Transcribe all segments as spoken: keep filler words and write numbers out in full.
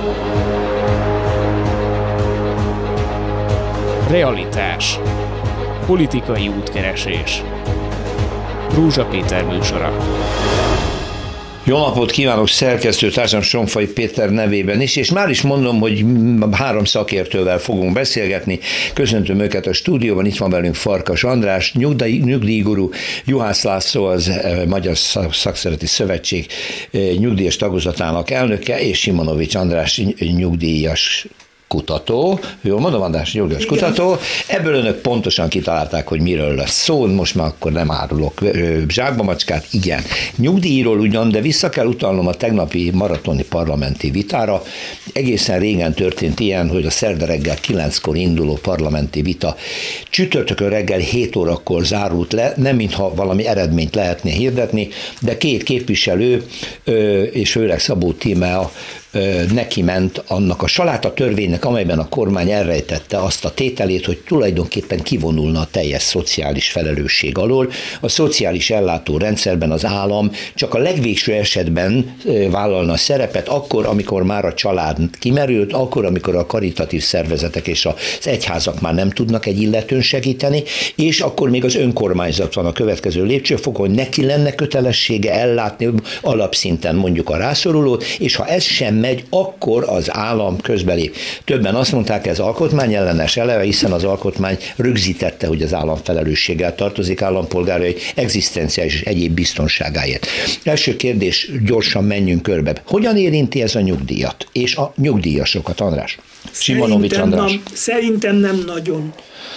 Realitás. Politikai útkeresés. Rózsa Péter műsora. Jó napot kívánok szerkesztőtársam Sonfai Péter nevében is, és már is mondom, hogy három szakértővel fogunk beszélgetni. Köszöntöm őket a stúdióban, itt van velünk Farkas András, nyugdíj, nyugdíjguru, Juhász László, az Magyar Szakszereti Szövetség nyugdíjas tagozatának elnöke, és Simonovics András nyugdíjas kutató, jól mondom, András, nyugdíjas kutató. Ebből önök pontosan kitalálták, hogy miről lesz szó, most már akkor nem árulok zsákba macskát, igen. Nyugdíjról ugyan, de vissza kell utalnom a tegnapi maratoni parlamenti vitára. Egészen régen történt ilyen, hogy a szerda reggel kilenckor induló parlamenti vita csütörtökön reggel hét órakor zárult le, nem mintha valami eredményt lehetne hirdetni, de két képviselő, és főleg Szabó Tímea neki ment annak a saláta törvénynek, amelyben a kormány elrejtette azt a tételét, hogy tulajdonképpen kivonulna a teljes szociális felelősség alól. A szociális ellátórendszerben az állam csak a legvégső esetben vállalna szerepet, akkor, amikor már a család kimerült, akkor, amikor a karitatív szervezetek és az egyházak már nem tudnak egy illetőn segíteni, és akkor még az önkormányzat van a következő lépcsőfokon, hogy neki lenne kötelessége ellátni alapszinten mondjuk a rászorulót, és ha ez sem megy, akkor az állam közbelép. Többen azt mondták, ez alkotmányellenes eleve, hiszen az alkotmány rögzítette, hogy az állam felelősséggel tartozik állampolgárai egzisztenciális és egyéb biztonságáért. Első kérdés, gyorsan menjünk körbe. Hogyan érinti ez a nyugdíjat és a nyugdíjasokat, András? Simonovics András. Nem, szerintem nem nagyon.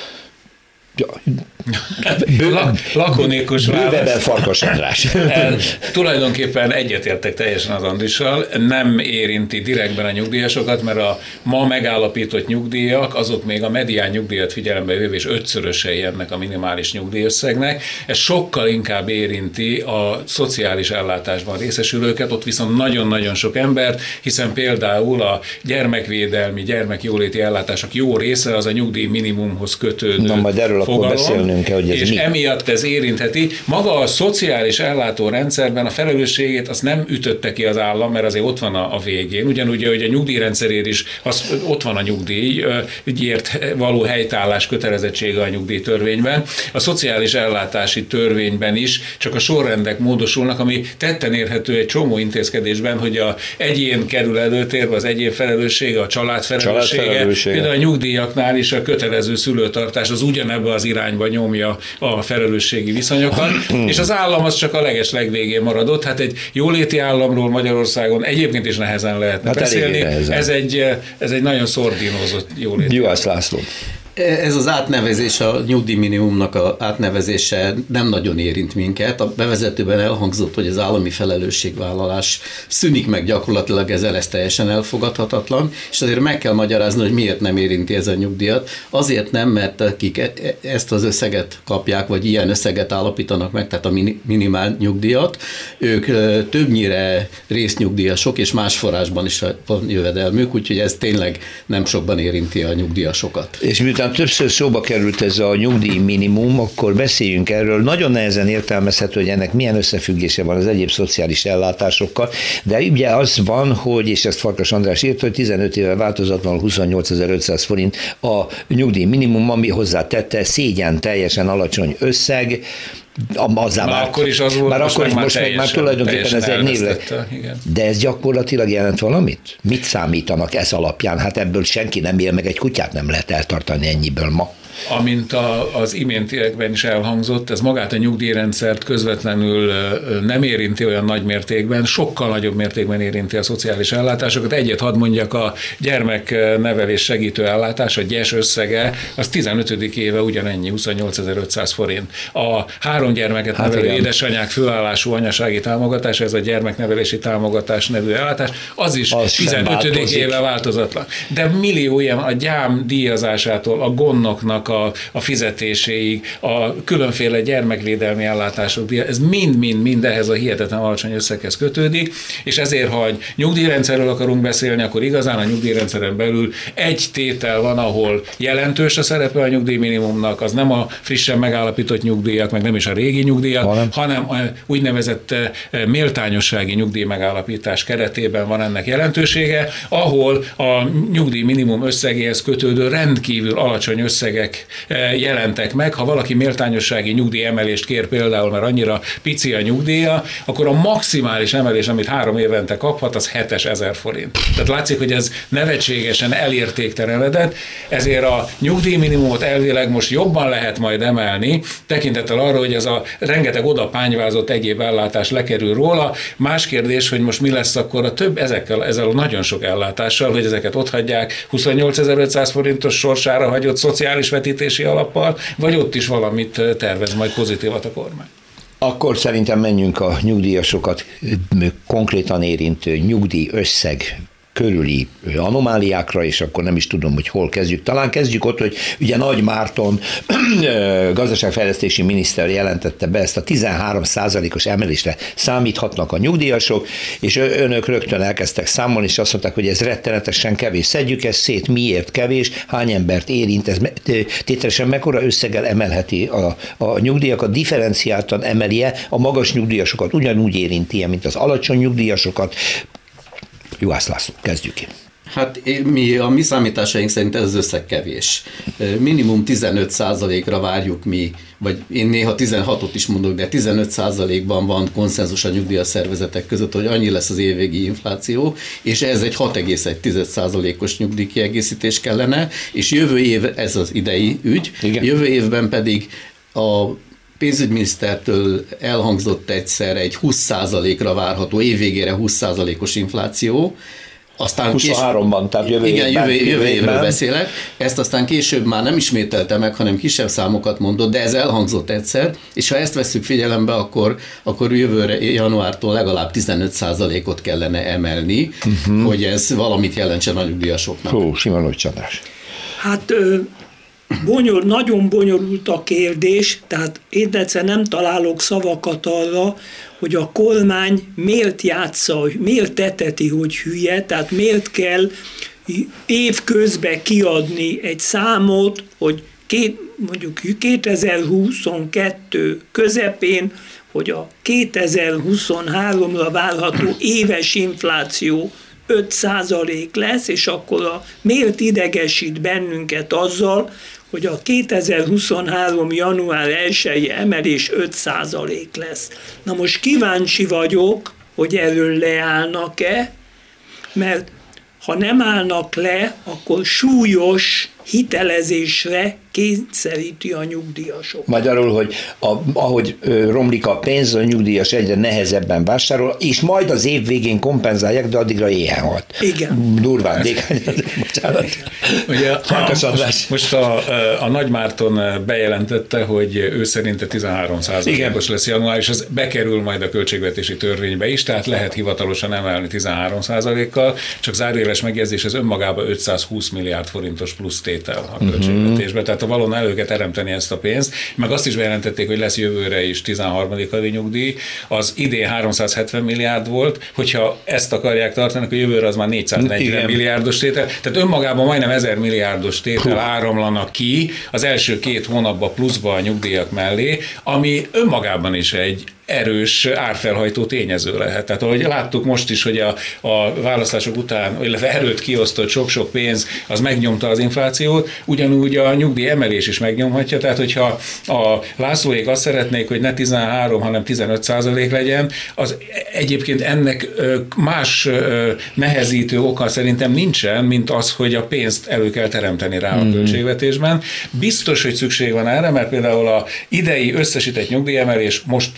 Lakonikus válasz. Bővebben Farkas András. Tulajdonképpen egyetértek teljesen az Andrissal, nem érinti direktben a nyugdíjasokat, mert a ma megállapított nyugdíjak, azok még a medián nyugdíjat figyelembe véve és ötszörösei ennek a minimális nyugdíjösszegnek. Ez sokkal inkább érinti a szociális ellátásban részesülőket, ott viszont nagyon-nagyon sok embert, hiszen például a gyermekvédelmi, gyermekjóléti ellátások jó része az a nyugdíj minimumhoz kötődő. Na, majd erről fogalom, akkor beszélnünk kell, hogy ez és mi? emiatt ez érintheti. Maga a szociális ellátórendszerben a felelősségét azt nem ütötte ki az állam, mert azért ott van a, a végén. Ugyanúgy, hogy a nyugdíjrendszerért is az, ott van a nyugdíj, ügyért való helytállás kötelezettsége a nyugdíjtörvényben. A szociális ellátási törvényben is csak a sorrendek módosulnak, ami tetten érhető egy csomó intézkedésben, hogy a egyén kerül előtérbe, az egyén felelőssége, a család felelőssége. Család felelőssége. Például a nyugdíjaknál is a kötelező szülőtartás az ugyanebbe az irányba nyomja a felelősségi viszonyokat, és az állam az csak a leges legvégén maradott. Hát egy jóléti államról Magyarországon egyébként is nehezen lehetne hát beszélni. Ez egy, ez egy nagyon szordínózott jóléti. Juhász László. Ez az átnevezés, a nyugdíjminimumnak a átnevezése nem nagyon érint minket. A bevezetőben elhangzott, hogy az állami felelősségvállalás szűnik meg gyakorlatilag, ezzel ez teljesen elfogadhatatlan, és azért meg kell magyarázni, hogy miért nem érinti ez a nyugdíjat. Azért nem, mert akik ezt az összeget kapják, vagy ilyen összeget állapítanak meg, tehát a minimál nyugdíjat, ők többnyire résznyugdíjasok, és más forrásban is van jövedelmük, úgyhogy ez tényleg nem sokban érinti a nyugdíjasokat. És miután többször szóba került ez a nyugdíj minimum, akkor beszéljünk erről. Nagyon nehezen értelmezhető, hogy ennek milyen összefüggése van az egyéb szociális ellátásokkal, de ugye az van, hogy, és ezt Farkas András írta, hogy tizenöt éve változatlanul huszonnyolcezer-ötszáz forint a nyugdíj minimum, ami hozzátette szégyen teljesen alacsony összeg, azzá már, már akkor is az volt, már most, akkor meg is, már most teljesen, meg már tulajdonképpen ez egy név lett. De ez gyakorlatilag jelent valamit? Mit számítanak ez alapján? Hát ebből senki nem él, meg egy kutyát nem lehet eltartani ennyiből ma. Amint a, az iméntiekben is elhangzott, ez magát a nyugdíjrendszert közvetlenül nem érinti olyan nagy mértékben, sokkal nagyobb mértékben érinti a szociális ellátásokat. Egyet hadd mondjak, a gyermeknevelés segítő ellátás, a gyes összege, az tizenötödik éve ugyanennyi, huszonnyolcezer-ötszáz forint. A három gyermeket hát nevelő igen. édesanyák főállású anyasági támogatása, ez a gyermeknevelési támogatás nevű ellátás, az is az tizenötödik éve változatlan. De millió ilyen a gyám díjazásától, a gondnoknak a, a fizetéséig, a különféle gyermekvédelmi ellátások, ez mind-mind-mind ehhez a hihetetlen alacsony összeghez kötődik, és ezért, ha nyugdíjrendszerről akarunk beszélni, akkor igazán a nyugdíjrendszeren belül egy tétel van, ahol jelentős a szerepe a nyugdíjminimumnak, az nem a frissen megállapított nyugdíjak, meg nem is a régi nyugdíjak, hanem, hanem a úgynevezett méltányossági nyugdíj megállapítás keretében van ennek jelentősége, ahol a nyugdíjminimum összegéhez kötődő rendkívül alacsony összegek jelentek meg. Ha valaki méltányossági nyugdíj emelést kér például, mert annyira pici a nyugdíja, akkor a maximális emelés, amit három évente kaphat, az hétezer forint. Tehát látszik, hogy ez nevetségesen elértéktelenedett, ezért a nyugdíjminimumot elvileg most jobban lehet majd emelni, tekintettel arra, hogy ez a rengeteg oda pányvázott egyéb ellátás lekerül róla. Más kérdés, hogy most mi lesz akkor a több ezekkel, ezzel a nagyon sok ellátással, hogy ezeket otthagyják huszonnyolcezer-ötszáz forintos sorsára hagyott szociális vetítési alappal, vagy ott is valamit tervez majd pozitívat a kormány. Akkor szerintem menjünk a nyugdíjasokat konkrétan érintő nyugdíj összeg körüli anomáliákra, és akkor nem is tudom, hogy hol kezdjük. Talán kezdjük ott, hogy ugye Nagy Márton gazdaságfejlesztési miniszter jelentette be ezt a tizenhárom százalékos emelésre számíthatnak a nyugdíjasok, és önök rögtön elkezdtek számolni, és azt mondták, hogy ez rettenetesen kevés. Szedjük ezt szét, miért kevés, hány embert érint, ez tételesen mekkora összeggel emelheti a, a nyugdíjakat, differenciáltan emelje a magas nyugdíjasokat, ugyanúgy érinti, mint az alacsony nyugdíjasokat. Juhász László, kezdjük ki. Hát mi, a mi számításaink szerint ez az összeg kevés. Minimum tizenöt százalékra várjuk mi, vagy én néha tizenhatot is mondok, de tizenöt százalékban van konszenzus a nyugdíjas szervezetek között, hogy annyi lesz az évvégi infláció, és ez egy hat egész egy százalékos nyugdíjkiegészítés kellene, és jövő év, ez az idei ügy, igen. Jövő évben pedig a pénzügyminisztertől elhangzott egyszer egy húsz százalékra várható, évvégére húsz százalékos infláció. Aztán huszonháromban, tehát jövő igen, évben. jövő, jövő évről beszélek. Ezt aztán később már nem ismételte meg, hanem kisebb számokat mondott, de ez elhangzott egyszer, és ha ezt vesszük figyelembe, akkor, akkor jövőre, januártól legalább tizenöt százalékot kellene emelni, uh-huh. hogy ez valamit jelentsen a nyugdíjasoknak. Hú, Simonowicz Csandrás. Hát... Ö- Bonyol, nagyon bonyolult a kérdés, tehát én egyszer nem találok szavakat arra, hogy a kormány miért játsza, miért teteti, hogy hülye, tehát miért kell évközben kiadni egy számot, hogy két, mondjuk kétezer-huszonkettő közepén, hogy a kétezer-huszonháromra várható éves infláció öt százalék lesz, és akkor a, miért idegesít bennünket azzal, hogy a kétezer-huszonhárom. január elsejei emelés öt százalék lesz. Na most kíváncsi vagyok, hogy erről leállnak-e, mert ha nem állnak le, akkor súlyos hitelezésre kényszeríti a nyugdíjasok. Magyarul, hogy a, ahogy romlik a pénz, a nyugdíjas egyre nehezebben vásárol, és majd az év végén kompenzálják, de addigra éhen halt. Igen. Durván, dékány. Bocsánat. Ugye, a, most, most a, a Nagy Márton bejelentette, hogy ő szerinte tizenhárom százalékos lesz január, és ez bekerül majd a költségvetési törvénybe is, tehát lehet hivatalosan emelni tizenhárom százalékkal, csak zárójeles megjegyzés, ez önmagában ötszázhúsz milliárd forintos plusz tétel a költségvetésbe, tehát a valóban elő kell teremteni ezt a pénzt, meg azt is bejelentették, hogy lesz jövőre is tizenharmadik havi nyugdíj, az idén háromszázhetven milliárd volt, hogyha ezt akarják tartani, akkor jövőre az már négyszáznegyven igen. milliárdos tétel, tehát önmagában majdnem ezer milliárdos tétel áramlanak ki az első két hónapban pluszba a nyugdíjak mellé, ami önmagában is egy erős árfelhajtó tényező lehet. Tehát ahogy láttuk most is, hogy a, a választások után, illetve előtt kiosztott sok-sok pénz, az megnyomta az inflációt, ugyanúgy a nyugdíj emelés is megnyomhatja, tehát hogyha a Lászlóék azt szeretnék, hogy ne tizenhárom, hanem tizenöt százalék legyen, az egyébként ennek más nehezítő oka szerintem nincsen, mint az, hogy a pénzt elő kell teremteni rá a költségvetésben. Biztos, hogy szükség van erre, mert például a idei összesített nyugdíjemelés most, most jön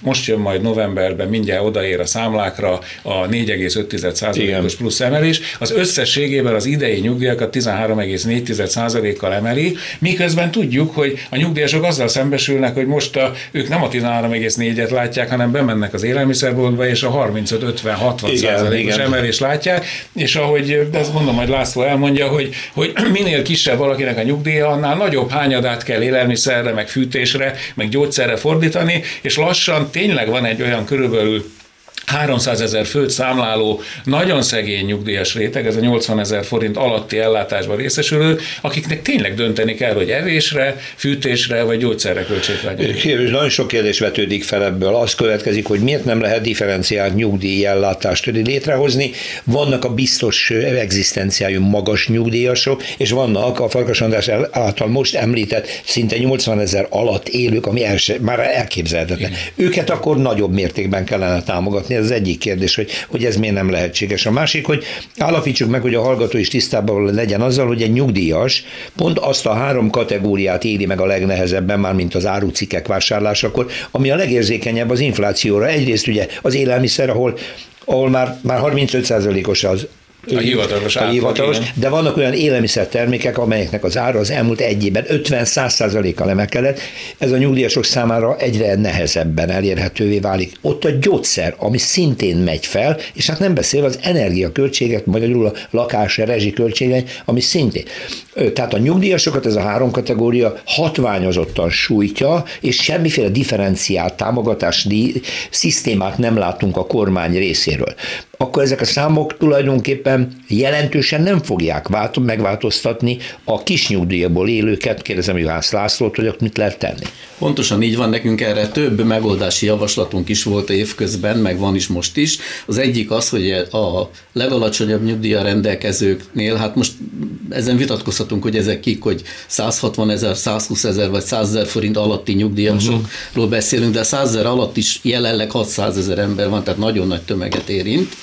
majd novemberben mindjárt odaér a számlákra a négy egész öt százalékos plusz emelés, az összességében az idei nyugdíjakat tizenhárom egész négy százalékkal emeli, miközben tudjuk, hogy a nyugdíjasok azzal szembesülnek, hogy most a, ők nem a tizenhárom egész négyet látják, hanem bemennek az élelmiszerboltba, és a harmincöt ötven hatvan százalékos emelést látják, és ahogy ezt mondom, hogy László elmondja, hogy, hogy minél kisebb valakinek a nyugdíja, annál nagyobb hányadát kell élelmiszerre, meg fűtésre, meg gyógyszerre fordítani, és lassan tényleg van egy olyan körülbelül háromszázezer főt számláló, nagyon szegény nyugdíjas réteg, ez a nyolcvanezer forint alatti ellátásban részesülő, akiknek tényleg dönteni kell, hogy evésre, fűtésre vagy gyógyszerre költsék legyen. Nagyon sok kérdés vetődik fel ebből. Az következik, hogy miért nem lehet differenciált nyugdíj ellátást létrehozni. Vannak a biztos egzisztenciájú magas nyugdíjasok, és vannak a Farkas András által most említett szinte nyolcvanezer alatt élők, ami else, már elképzelhetetlen. Igen. Őket akkor nagyobb mértékben kellene támogatni. Ez az egyik kérdés, hogy, hogy ez miért nem lehetséges. A másik, hogy állapítsuk meg, hogy a hallgató is tisztában legyen azzal, hogy egy nyugdíjas pont azt a három kategóriát éri meg a legnehezebben, már mint az árucikkek vásárlásakor, ami a legérzékenyebb az inflációra. Egyrészt ugye az élelmiszer, ahol, ahol már, már harmincöt százalékos az A hivatalos, a hivatalos de vannak olyan élelmiszertermékek, amelyeknek az ára az elmúlt egy évben ötven-száz százalékkal emelkedett. Ez a nyugdíjasok számára egyre nehezebben elérhetővé válik. Ott a gyógyszer, ami szintén megy fel, és hát nem beszél az energiaköltséget, magyarul a lakás, a rezsiköltségek, ami szintén. Tehát a nyugdíjasokat ez a három kategória hatványozottan sújtja, és semmiféle differenciált támogatási szisztémát nem látunk a kormány részéről. Akkor ezek a számok tulajdonképpen jelentősen nem fogják vált- megváltoztatni a kis nyugdíjból élőket. Kérdezem Juhász Lászlót, hogy ott mit lehet tenni. Pontosan így van, nekünk erre több megoldási javaslatunk is volt évközben, meg van is most is. Az egyik az, hogy a legalacsonyabb nyugdíjjal rendelkezőknél, hát most ezen vitatkozhatunk, hogy ezek kik, hogy száz hatvan ezer, száz húsz ezer vagy száz ezer forint alatti nyugdíjasokról uh-huh. beszélünk, de száz ezer alatt is jelenleg hatszáz ezer ember van, tehát nagyon nagy tömeget érint.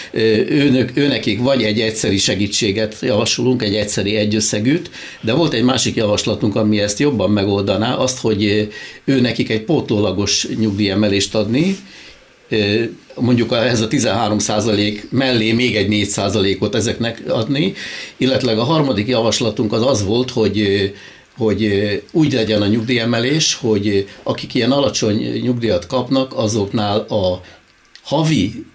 Őnök, őnekik vagy egy egyszeri segítséget javasolunk, egy egyszeri egyösszegűt, de volt egy másik javaslatunk, ami ezt jobban megoldaná, azt, hogy őnekik egy pótolagos nyugdíjemelést adni, mondjuk ez a tizenhárom százalék mellé még egy négy százalékot ezeknek adni, illetve a harmadik javaslatunk az az volt, hogy hogy úgy legyen a nyugdíjemelés, hogy akik ilyen alacsony nyugdíjat kapnak, azoknál a havi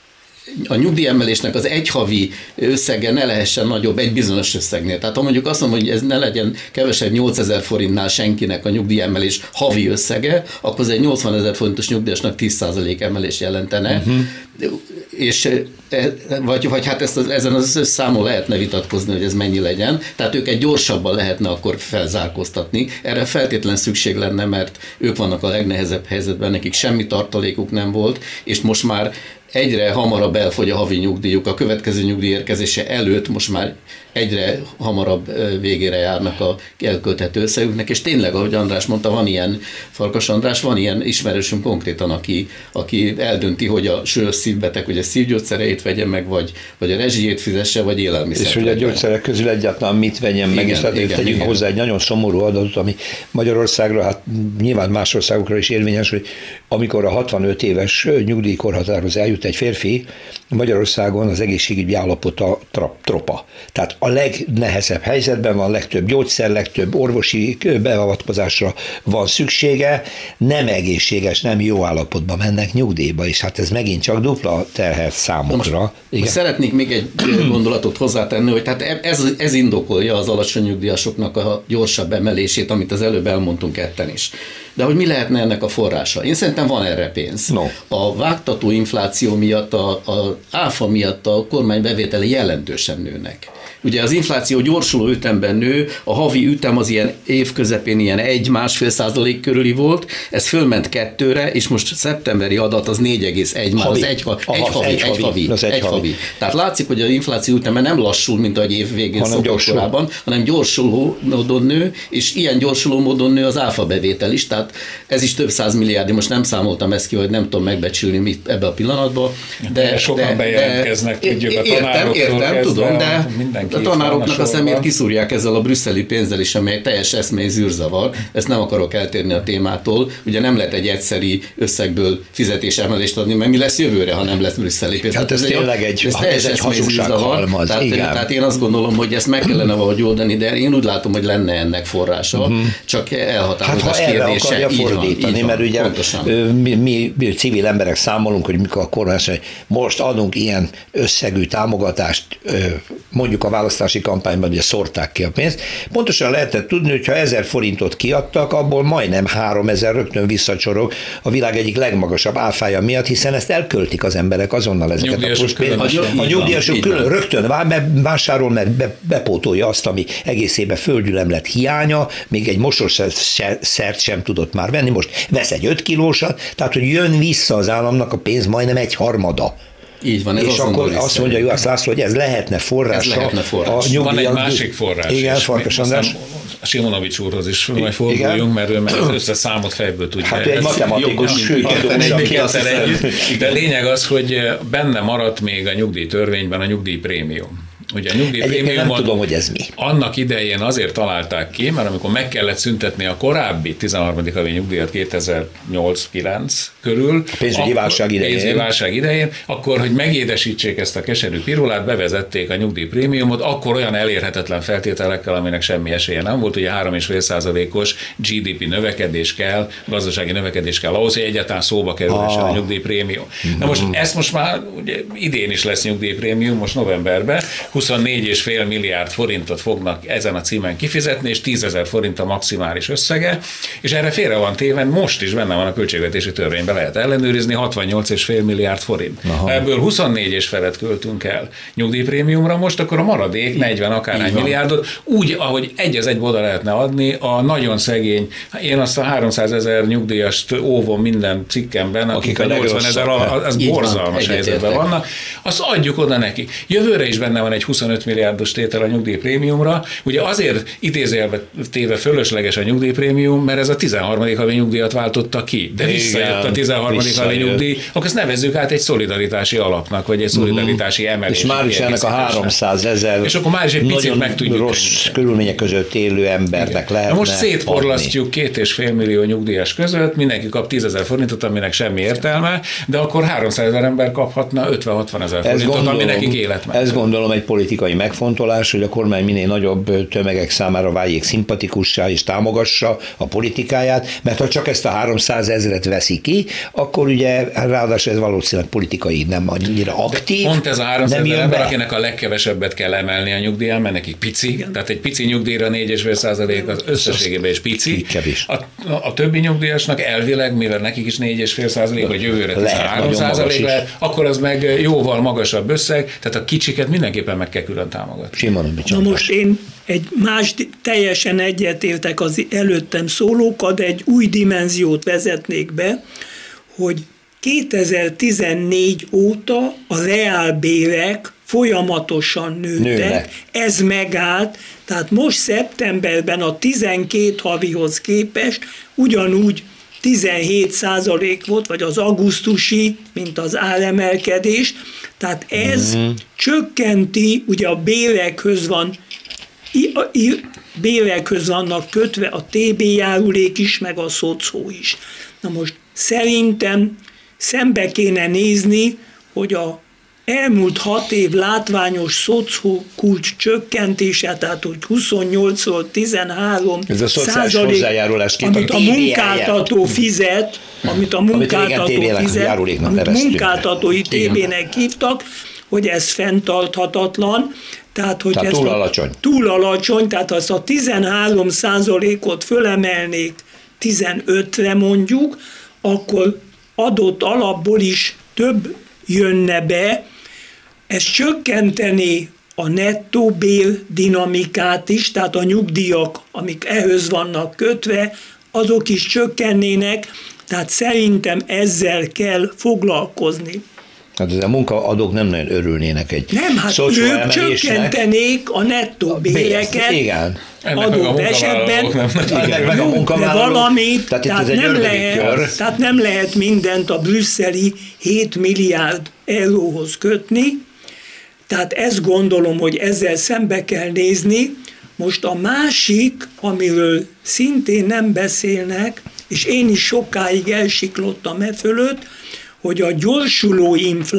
a nyugdíjemelésnek az egy havi összege ne lehessen nagyobb egy bizonyos összegnél. Tehát ha mondjuk azt mondom, hogy ez ne legyen kevesebb nyolcezer forintnál senkinek a nyugdíjemelés havi összege, akkor az egy nyolcvanezer forintos nyugdíjasnak tíz százalék emelés jelentene. Uh-huh. És vagy, vagy hát ezt az, ezen az számon lehetne vitatkozni, hogy ez mennyi legyen. Tehát őket gyorsabban lehetne akkor felzárkóztatni. Erre feltétlenül szükség lenne, mert ők vannak a legnehezebb helyzetben, nekik semmi tartalékuk nem volt, és most már egyre hamarabb elfogy a havi nyugdíjuk, a következő nyugdíj érkezése előtt most már egyre hamarabb végére járnak a elkölthető összegüknek, és tényleg, ahogy András mondta, van ilyen, Farkas András, van ilyen ismerősöm konkrétan, aki, aki eldönti, hogy a súlyos szívbeteg, hogy a szívgyógyszereit vegye meg, vagy, vagy a rezsijét fizesse, vagy élelmiszert. És hogy a gyógyszerek közül egyáltalán mit vegyen meg, igen, és hát igen, tegyünk igen. hozzá egy nagyon szomorú adatot, ami Magyarországra, hát nyilván más országokra is érvényes, hogy amikor a hatvanöt éves nyugdíjkorhatárhoz eljut egy férfi, Magyarországon az egészségügyi állapota tropa. Tehát a legnehezebb helyzetben van, legtöbb gyógyszer, legtöbb orvosi beavatkozásra van szüksége, nem egészséges, nem jó állapotban mennek nyugdíjba, és hát ez megint csak dupla terhelt számokra. Most, most szeretnék még egy gondolatot hozzátenni, hogy tehát ez, ez indokolja az alacsony nyugdíjasoknak a gyorsabb emelését, amit az előbb elmondtunk ketten is. De hogy mi lehetne ennek a forrása? Én szerintem van erre pénz. No. A vágtató infláció miatt, a, a áfa miatt a kormány bevétele jelentősen nőnek. Ugye az infláció gyorsuló ütemben nő, a havi ütem az ilyen év közepén ilyen egy-másfél százalék körüli volt, ez fölment kettőre, és most szeptemberi adat az négy egész egy, már az egy, ha, egy, havi, egy, havi, havi, egy, egy havi. Tehát látszik, hogy az infláció üteme nem lassul, mint ahogy év végén szokott korábban, hanem gyorsuló módon nő, és ilyen gyorsuló módon nő az áfa bevétel is, tehát Tehát ez is több száz milliárd, most nem számoltam ezt ki, hogy nem tudom megbecsülni mit ebbe a pillanatban. De, de sokan de, bejelentkeznek, de, tudjuk a tanároktól. Értem, értem tudom, de a tanároknak a szemét kiszúrják ezzel a brüsszeli pénzzel is, amely teljes eszmei zűrzavar. Ezt nem akarok eltérni a témától. Ugye nem lehet egy egyszeri összegből fizetésemelést adni, mert mi lesz jövőre, ha nem lesz brüsszeli pénz. Hát ez, ez tényleg egy, ez ez egy hazugsághalmaz. Tehát, tehát én azt gondolom, hogy ezt meg kellene valahogy oldani, de én úgy látom, hogy lenne ennek forrása, uh-huh. csak elhatározás hát, kérdése. Akarja fordítani, mert ugye mi, mi, mi civil emberek számolunk, hogy mikor a kormány hogy most adunk ilyen összegű támogatást, mondjuk a választási kampányban ugye szórták ki a pénzt. Pontosan lehetett tudni, hogy ha ezer forintot kiadtak, abból majdnem háromezer rögtön visszacsorog a világ egyik legmagasabb áfája miatt, hiszen ezt elköltik az emberek azonnal ezeket a pluszpénzeket. A nyugdíjasok külön rögtön vásárol, mert bepótolja azt, ami egész évben földgyűlöm lett hiánya, még egy mosószert sem tudott már venni, most vesz egy öt kilósat, tehát hogy jön vissza az államnak a pénz majdnem egy harmada. Így van, ez és akkor azt mondja Juhász László, hogy ez lehetne forrása. Ez lehetne forrás. A van egy másik forrás. Igen, Farkas András. A Simonovics úrhoz is majd forduljunk, mert ő már az összes számot fejből tudja. Hát ő egy matematikus de lényeg az, hogy benne maradt még a nyugdíjtörvényben a nyugdíjprémium. Ugye a nyugdíjprémiumot nem tudom, hogy ez mi. Annak idején azért találták ki, mert amikor meg kellett szüntetni a korábbi tizenharmadik havi nyugdíjat kétezer-nyolc kilenc körül, a pénzügyi válság idején. pénzügyi válság idején, akkor, hogy megédesítsék ezt a keserű pirulát, bevezették a nyugdíjprémiumot, akkor olyan elérhetetlen feltételekkel, aminek semmi esélye nem volt, ugye három egész öt százalékos gé dé pé növekedés kell, gazdasági növekedés kell ahhoz, hogy egyáltalán szóba kerülhessen ah. a nyugdíjprémium. Na most ezt most már ugye, idén is lesz nyugdíjprémium, most novemberben, huszonnégy egész öt milliárd forintot fognak ezen a címen kifizetni, és tízezer forint a maximális összege, és erre félre van téve, most is benne van a költségvetési törvényben, lehet ellenőrizni, hatvannyolc egész öt milliárd forint. Aha. Ebből huszonnégy és felet költünk el nyugdíjprémiumra, most akkor a maradék negyven akárhány milliárdot, úgy, ahogy egy az egy oda lehetne adni a nagyon szegény, én azt a háromszázezer nyugdíjast óvom minden cikkemben, akik, akik a nyolcvanezer, az borzalmas van, helyzetben vannak, azt adjuk oda neki. Jövőre is benne van egy huszonöt milliárdos tétel a nyugdíjprémiumra. Ugye azért idézőjelbe téve fölösleges a nyugdíjprémium, mert ez a tizenharmadik havi nyugdíjat váltotta ki. De visszajött a tizenharmadik havi nyugdíj, akkor ezt nevezzük át egy szolidaritási alapnak, vagy egy szolidaritási emelés. És már is ennek a háromszázezer és akkor már is egy picit meg tudjuk rossz tenni. Körülmények között élő embernek lehetne. Most szétforlasztjuk két és fél millió nyugdíjas között, mindenki kap tízezer forintot, aminek semmi értelme, de akkor háromszázezer ember kaphatna ötven-hatvan ezer forintot, gondolom, ami nekik életmentő. Ez gondolom egy politikai megfontolás, hogy a kormány minél nagyobb tömegek számára váljék szimpatikussá és támogassa a politikáját, mert ha csak ezt a háromszázezret veszi ki, akkor ugye ráadásul ez valószínűleg politikai nem annyira aktív. Pont ez a háromszázezer ember, akinek a legkevesebbet kell emelni a nyugdíján, mert nekik pici, tehát egy pici nyugdíjra négy egész öt százalék az összességében is pici. A, a többi nyugdíjasnak elvileg, mivel nekik is négy egész öt százalék, vagy jövőre tizenhárom százalék lehet, akkor az meg jóval magasabb összeg, tehát a kicsiket mindenképpen meg kell külön támogatni. Simon, Na most én egy más, teljesen egyetértek az előttem szólókat, de egy új dimenziót vezetnék be, hogy kétezer-tizennégy óta a reálbérek folyamatosan nőttek, Nőnek. ez megállt, tehát most szeptemberben a tizenkét havihoz képest ugyanúgy tizenhét százalék volt, vagy az augusztusi, mint az áremelkedés, tehát ez mm. csökkenti, ugye a bérekhöz van, a, a, bérekhöz vannak kötve a té bé járulék is, meg a szocó is. Na most szerintem szembe kéne nézni, hogy a elmúlt hat év látványos szocó kulcs csökkentése, tehát hogy huszonnyolcról tizenhárom ez a százalék, amit a munkáltató fizet, amit a munkáltató fizet, amit munkáltatói té bének hívtak, hogy ez fenntarthatatlan, tehát, hogy tehát ez túl alacsony. Túl alacsony, tehát azt a tizenhárom százalékot fölemelnék tizenötre mondjuk, akkor adott alapból is több jönne be, ez csökkenteni a nettó bér dinamikát is, tehát a nyugdíjak, amik ehhez vannak kötve, azok is csökkennének, tehát szerintem ezzel kell foglalkozni. Hát ez a munkaadók nem nagyon örülnének egy Nem, hát ők csökkentenék a nettó béreket. Igen. Adott esetben, jó, de valamit, tehát, tehát, nem lehet, tehát nem lehet mindent a brüsszeli hét milliárd euróhoz kötni, tehát ezt gondolom, hogy ezzel szembe kell nézni. Most a másik, amiről szintén nem beszélnek, és én is sokáig elsiklottam e fölött, hogy a gyorsuló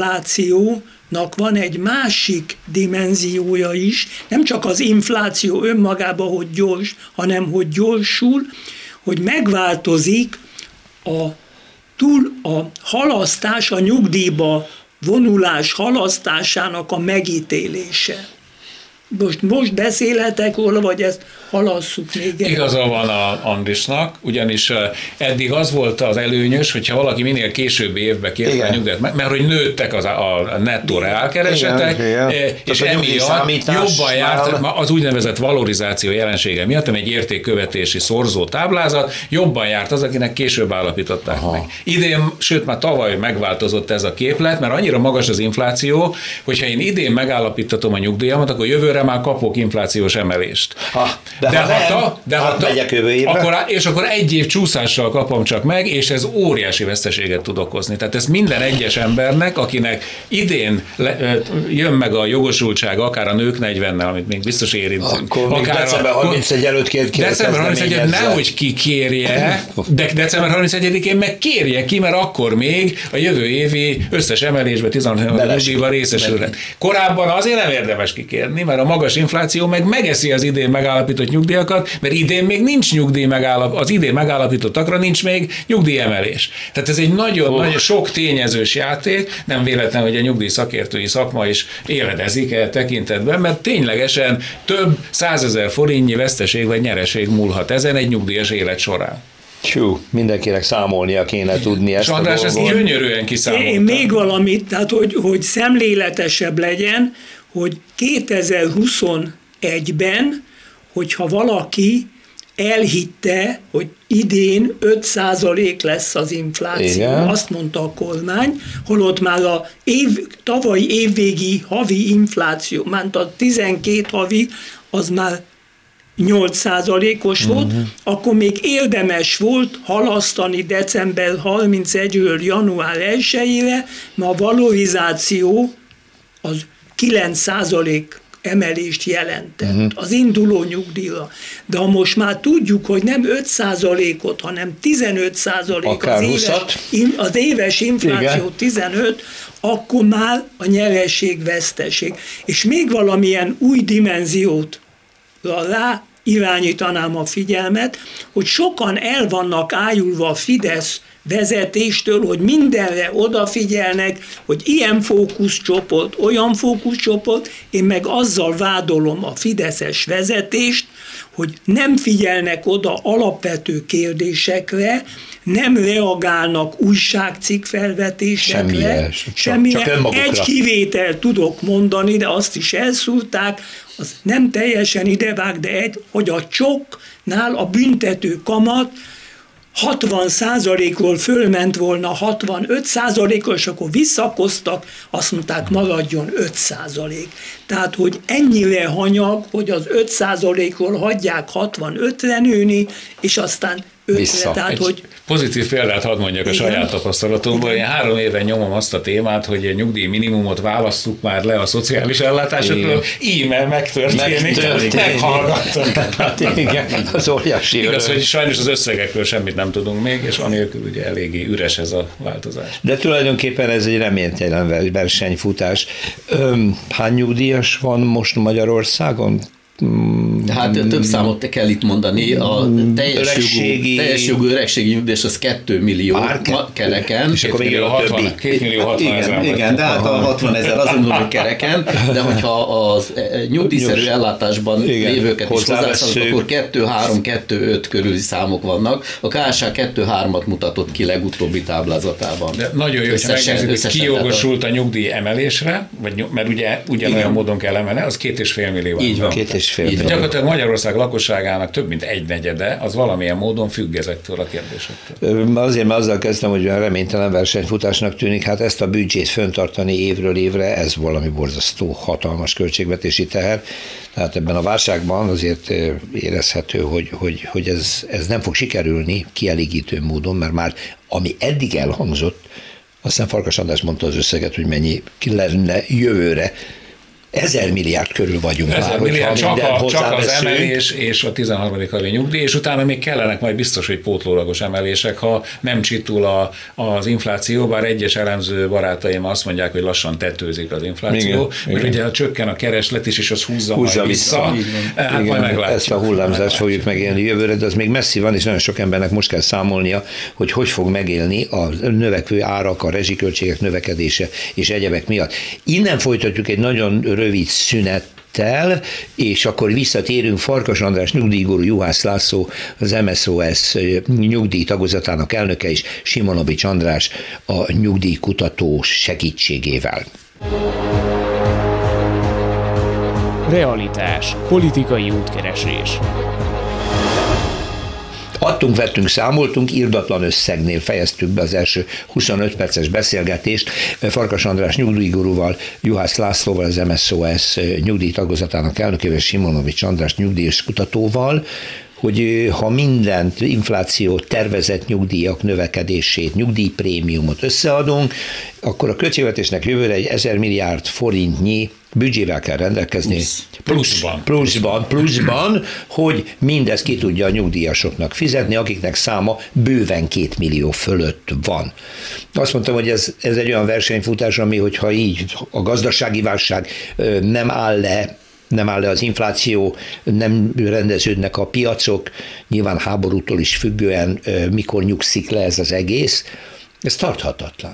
inflációnak van egy másik dimenziója is, nem csak az infláció önmagában, hogy gyors, hanem hogy gyorsul, hogy megváltozik a, túl, a halasztás, a nyugdíjba vonulás halasztásának a megítélése. Most, most beszélhetek róla, vagy ezt halasszuk még el? Igaza van a Andrisnak, ugyanis eddig az volt az előnyös, hogyha valaki minél későbbi évbe kérte a nyugdíjat, mert hogy nőttek az a, a nettó reálkeresetek, igen, igen. És emiatt jobban járt az úgynevezett valorizáció jelensége miatt, ami egy értékkövetési szorzó táblázat, jobban járt az, akinek később állapították Aha. meg. Idén, sőt már tavaly megváltozott ez a képlet, mert annyira magas az infláció, hogyha én idén megállapítatom a nyugdíjamat, akkor jövőre már kapok inflációs emelést. Ha, de, de ha, ha nem, ta, de ha ta, megyek jövő évre. Akkor, és akkor egy év csúszással kapom csak meg, és ez óriási veszteséget tud okozni. Tehát ez minden egyes embernek, akinek idén le, jön meg a jogosultsága, akár a nők negyvennel, amit még biztos érint. Akkor még december harmincegy előtt kér ki. December harmincegy nehogy ki kérje, de december harmincegyedikén meg kérje ki, mert akkor még a jövő évi összes emelésbe tizenhat nyugdíjban részesülhet. Korábban azért nem érdemes kikérni, mert a magas infláció meg megeszi az idén megállapított nyugdíjakat, mert idén még nincs nyugdíj megállap, az idén megállapítottakra nincs még nyugdíjemelés. Tehát ez egy nagyon, oh. nagyon sok tényezős játék, nem véletlen, hogy a nyugdíj szakértői szakma is éledezik e tekintetben, mert ténylegesen több százezer forintnyi veszteség vagy nyereség múlhat ezen egy nyugdíjas élet során. Hú, mindenkinek számolnia kéne tudni ezt. És András, ezt gyönyörűen kiszámolta. Én még valamit, tehát hogy, hogy szemléletesebb legyen, hogy kétezer-huszonegyben, hogyha valaki elhitte, hogy idén öt százalék lesz az infláció, igen. Azt mondta a kormány, holott már a év, tavalyi évvégi havi infláció, már a tizenkét havi, az már nyolc százalékos volt, uh-huh. Akkor még érdemes volt halasztani december harmincegyedikéről január elsejére, mert a valorizáció az kilenc százalék emelést jelentett uh-huh. az induló nyugdíjra. De ha most már tudjuk, hogy nem öt százalékot, hanem tizenöt százalék az éves, az éves infláció igen. tizenöt, akkor már a nyereség veszteség. És még valamilyen új dimenziót rá irányítanám a figyelmet, hogy sokan el vannak ájulva a Fidesz vezetéstől, hogy mindenre odafigyelnek, hogy ilyen fókuszcsoport, olyan fókuszcsoport, én meg azzal vádolom a fideszes vezetést, hogy nem figyelnek oda alapvető kérdésekre, nem reagálnak újságcikk felvetésekre, semmire. Egy kivétel tudok mondani, de azt is elszúrták, az nem teljesen idevág, de egy, hogy a csokknál a büntető kamat hatvan százalékról fölment volna hatvanöt százalékról, és akkor visszakoztak, azt mondták, maradjon öt százalék. Tehát, hogy ennyire hanyag, hogy az öt százalékról hagyják hatvanötre nőni, és aztán ötre. Tehát, hogy pozitív példát hadd mondjak igen. a saját tapasztalatomból. Én három éve nyomom azt a témát, hogy a nyugdíj minimumot válasszuk már le a szociális ellátásokról. Íme megtörténik, meghallgattak. Hát igen, az óriási. Igaz, hogy sajnos az összegekről semmit nem tudunk még, és anélkül ugye eléggé üres ez a változás. De tulajdonképpen ez egy reménytelen versenyfutás. Hány nyugdíjas van most Magyarországon? Hát több számot kell itt mondani, a teljes jogú, teljes jogú öregségi nyugdíjas az két millió kereken. És akkor még a többi. két millió hatvan ezer. Igen, de hát a hatvan ezer azon mondom kereken, de hogyha az nyugdíjszerű ellátásban lévőket is hozzászállunk, akkor kettő három kettő öt körüli számok vannak. A ká es há kettő hármat mutatott ki legutóbbi táblázatában. De nagyon jó, hogyha megnézzük, hogy ki jogosult a nyugdíj emelésre, vagy, mert ugye ugyanolyan módon kell emelni, az két és fél millió. Így van. Két és fél gyakorlatilag gyakorlatilag Magyarország lakosságának több mint egy negyede, az valamilyen módon függ ezektől a kérdésektől. Azért, mert azzal kezdtem, hogy olyan reménytelen versenyfutásnak tűnik, hát ezt a büdzsét föntartani évről évre, ez valami borzasztó hatalmas költségvetési teher. Tehát ebben a válságban azért érezhető, hogy, hogy, hogy ez, ez nem fog sikerülni kielégítő módon, mert már ami eddig elhangzott, aztán Farkas András mondta az összeget, hogy mennyi ki lenne jövőre. Ezer milliárd körül vagyunk Ezer már, milliárd, csak, a, csak az veszünk. emelés és a tizenharmadik havi nyugdíj, és utána még kellenek majd biztos, hogy pótlólagos emelések, ha nem csitul a, az infláció, bár egyes elemző barátaim azt mondják, hogy lassan tetőzik az infláció, mert ugye ha csökken a kereslet is, és az húzza, húzza majd vissza, vissza. Hát igen, majd ezt a hullámzást fogjuk megélni jövőre, de az még messzi van, és nagyon sok embernek most kell számolnia, hogy hogy fog megélni a növekvő árak, a rezsiköltségek növekedése és egyebek miatt. Innen folytatjuk egy nagyon rövid szünettel, és akkor visszatérünk Farkas András nyugdíjguru, Juhász László, az em es o es nyugdíj tagozatának elnöke, és Simonovics András a nyugdíjkutató segítségével. Realitás. Politikai útkeresés. Adtunk, vettünk, számoltunk, irdatlan összegnél fejeztük be az első huszonöt perces beszélgetést Farkas András nyugdíjgurúval, Juhász Lászlóval, az em es o es nyugdíjtagozatának elnökével, Simonovics András nyugdíjas kutatóval, hogy ha mindent, inflációt, tervezett nyugdíjak növekedését, nyugdíjprémiumot összeadunk, akkor a költségvetésnek jövőre egy ezer milliárd forintnyi büdzsével kell rendelkezni. Plusz. Pluszban. Pluszban, pluszban, hogy mindez ki tudja a nyugdíjasoknak fizetni, akiknek száma bőven két millió fölött van. Azt mondtam, hogy ez, ez egy olyan versenyfutás, ami, hogyha így a gazdasági válság nem áll le, nem áll le az infláció, nem rendeződnek a piacok, nyilván háborútól is függően, mikor nyugszik le ez az egész, ez tarthatatlan.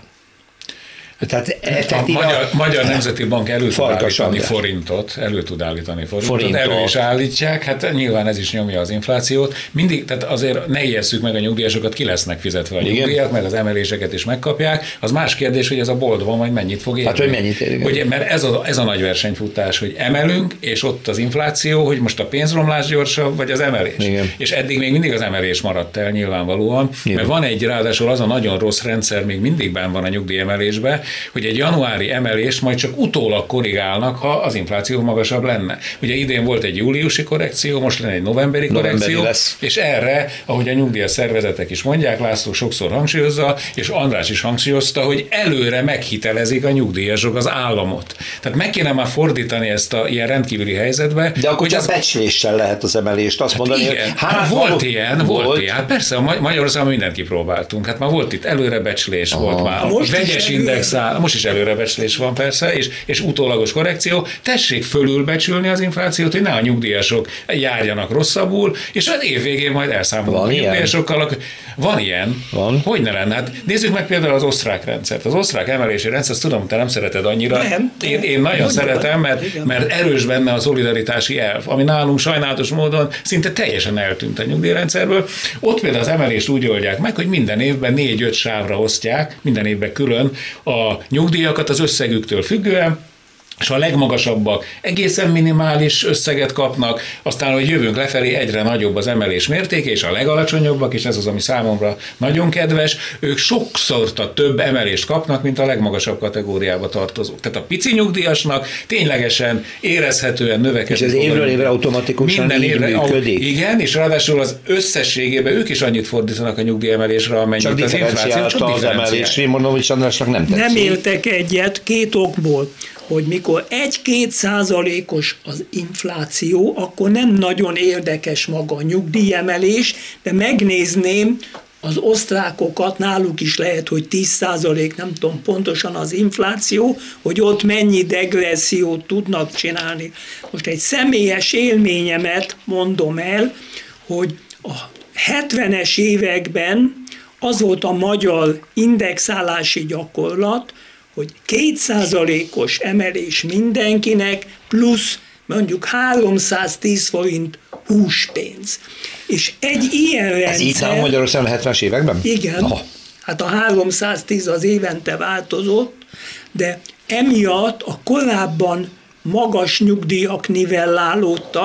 Tehát a Magyar, Magyar Nemzeti Bank elő tud állítani forintot, elő tud állítani forintot, forintot, elő is állítják, hát nyilván ez is nyomja az inflációt. Mindig, tehát azért ne ijesszük meg a nyugdíjasokat, ki lesznek fizetve a igen. nyugdíjak, meg az emeléseket is megkapják. Az más kérdés, hogy ez a boltban majd mennyit fog érni. Hát, hogy mennyit ér, hogy, mert ez a, ez a nagy versenyfutás, hogy emelünk, és ott az infláció, hogy most a pénzromlás gyorsabb, vagy az emelés. Igen. És eddig még mindig az emelés maradt el nyilvánvalóan, igen. mert van egy, ráadásul az a nagyon rossz rendszer, még mindig benn van a nyugdíjemelésben, hogy egy januári emelést majd csak utólag korrigálnak, ha az infláció magasabb lenne. Ugye idén volt egy júliusi korrekció, most lenne egy novemberi, novemberi korrekció, lesz. És erre, ahogy a nyugdíjas szervezetek is mondják, László sokszor hangsúlyozza, és András is hangsúlyozta, hogy előre meghitelezik a nyugdíjasok az államot. Tehát meg kéne már fordítani ezt a ilyen rendkívüli helyzetbe. De akkor csak az... becsléssel lehet az emelést azt hát mondani. Igen, hát, hát volt való... ilyen, volt, volt ilyen. Hát persze, Magyarországon mindent kipróbáltunk. Hát már volt itt előrebecslés, Aha. volt már a vegyes indexál, most is előrebecslés van persze, és, és utólagos korrekció. Tessék fölülbecsülni az inflációt, hogy ne a nyugdíjasok járjanak rosszabbul, és az év végén majd elszámolunk a nyugdíjasokkal. Van ilyen. Van. Hogy ne lenne? Hát nézzük meg például az osztrák rendszert. Az osztrák emelési rendszert, azt tudom, te nem szereted annyira. Nem. Én, én nagyon nem, szeretem, mert, mert erős benne a szolidaritási elv, ami nálunk sajnálatos módon szinte teljesen eltűnt a nyugdíjrendszerből. Ott például az emelést úgy oldják meg, hogy minden évben négy-öt sávra osztják, minden évben külön a nyugdíjakat az összegüktől függően, és a legmagasabbak egészen minimális összeget kapnak, aztán, hogy jövünk lefelé, egyre nagyobb az emelés mértéke, és a legalacsonyabbak, és ez az, ami számomra nagyon kedves, ők sokszor több emelést kapnak, mint a legmagasabb kategóriába tartozók. Tehát a pici nyugdíjasnak ténylegesen érezhetően növekedik. És ez évről évre automatikusan minden évre működik. Igen, és ráadásul az összességében ők is annyit fordítanak a nyugdíjemelésre, amennyit csak az infláció. Csak az emelés, Simonovics Andrásnak nem tetszik. Nem értek egyet két okból, hogy mikor egy-két százalékos az infláció, akkor nem nagyon érdekes maga a nyugdíjemelés, de megnézném az osztrákokat, náluk is lehet, hogy tíz százalék, nem tudom pontosan az infláció, hogy ott mennyi degressziót tudnak csinálni. Most egy személyes élményemet mondom el, hogy a hetvenes években az volt a magyar indexálási gyakorlat, hogy két százalékos emelés mindenkinek, plusz mondjuk háromszáztíz forint húspénz. És egy ilyen rendszer... Ez így száll Magyarországon a hetvenes években? Igen. Aha. Hát a háromszáztíz az évente változott, de emiatt a korábban magas nyugdíjak nivellálódtak,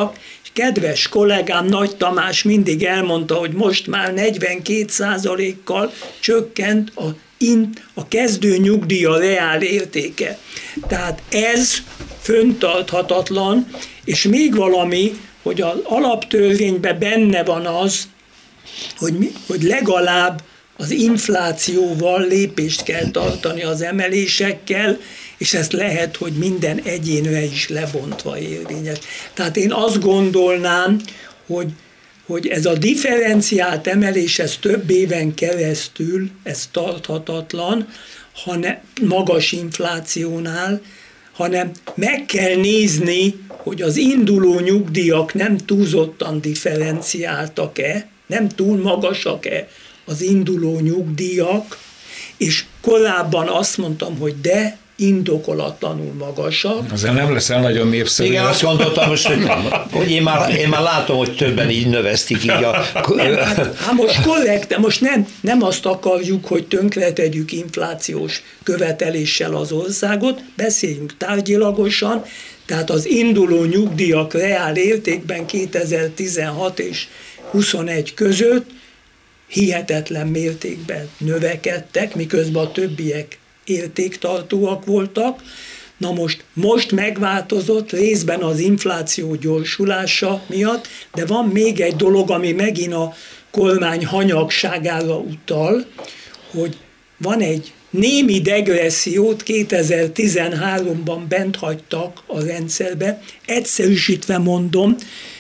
kedves kollégám Nagy Tamás mindig elmondta, hogy most már negyvenkét százalékkal csökkent a, in, a kezdő nyugdíja reál értéke. Tehát ez föntarthatatlan, és még valami, hogy az alaptörvényben benne van az, hogy, mi, hogy legalább az inflációval lépést kell tartani az emelésekkel, és ezt lehet, hogy minden egyénre is lebontva érvényes. Tehát én azt gondolnám, hogy, hogy ez a differenciált emelés, ez több éven keresztül, ez tarthatatlan, hanem magas inflációnál, hanem meg kell nézni, hogy az induló nyugdíjak nem túlzottan differenciáltak-e, nem túl magasak-e az induló nyugdíjak, és korábban azt mondtam, hogy de, indokolatlanul magasak. Azért nem leszel nagyon népszerű. Igen, azt gondoltam most, hogy, hogy én, már, én már látom, hogy többen így növesztik így a... Nem, hát, hát most korrekt, de most nem, nem azt akarjuk, hogy tönkretegyük inflációs követeléssel az országot, beszéljünk tárgyilagosan, tehát az induló nyugdíjak reál értékben kétezer-tizenhat és huszonegy között hihetetlen mértékben növekedtek, miközben a többiek értéktartóak voltak. Na most, most megváltozott részben az infláció gyorsulása miatt, de van még egy dolog, ami megint a kormány hanyagságára utal, hogy van egy némi degressziót kétezer-tizenháromban bent hagytak a rendszerbe, egyszerűsítve mondom,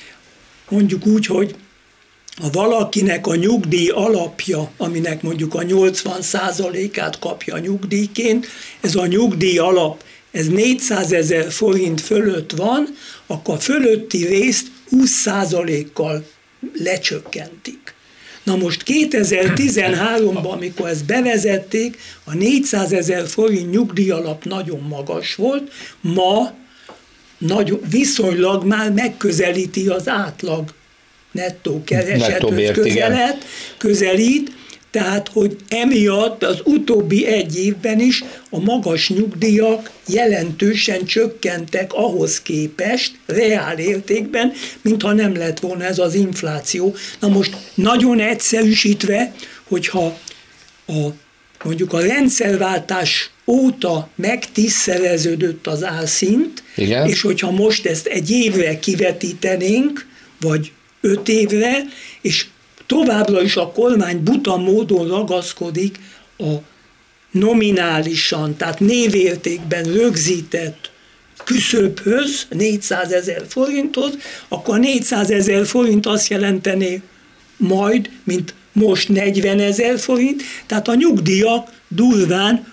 mondjuk úgy, hogy ha valakinek a nyugdíj alapja, aminek mondjuk a nyolcvan százalékát kapja nyugdíjként, ez a nyugdíj alap, ez négyszázezer forint fölött van, akkor a fölötti részt húsz százalékkal lecsökkentik. Na most kétezer-tizenháromban, amikor ezt bevezették, a négyszázezer forint nyugdíj alap nagyon magas volt, ma nagyon, viszonylag már megközelíti az átlag nettó keresethez közelet, közelít, tehát hogy emiatt az utóbbi egy évben is a magas nyugdíjak jelentősen csökkentek ahhoz képest, reál értékben, mintha nem lett volna ez az infláció. Na most nagyon egyszerűsítve, hogyha a, mondjuk a rendszerváltás óta megtízszereződött az árszint, igen, és hogyha most ezt egy évre kivetítenénk, vagy öt évre, és továbbra is a kormány buta módon ragaszkodik a nominálisan, tehát névértékben rögzített küszöbhöz, négyszázezer forinthoz, akkor négyszázezer forint azt jelentené majd, mint most negyvenezer forint, tehát a nyugdíjak durván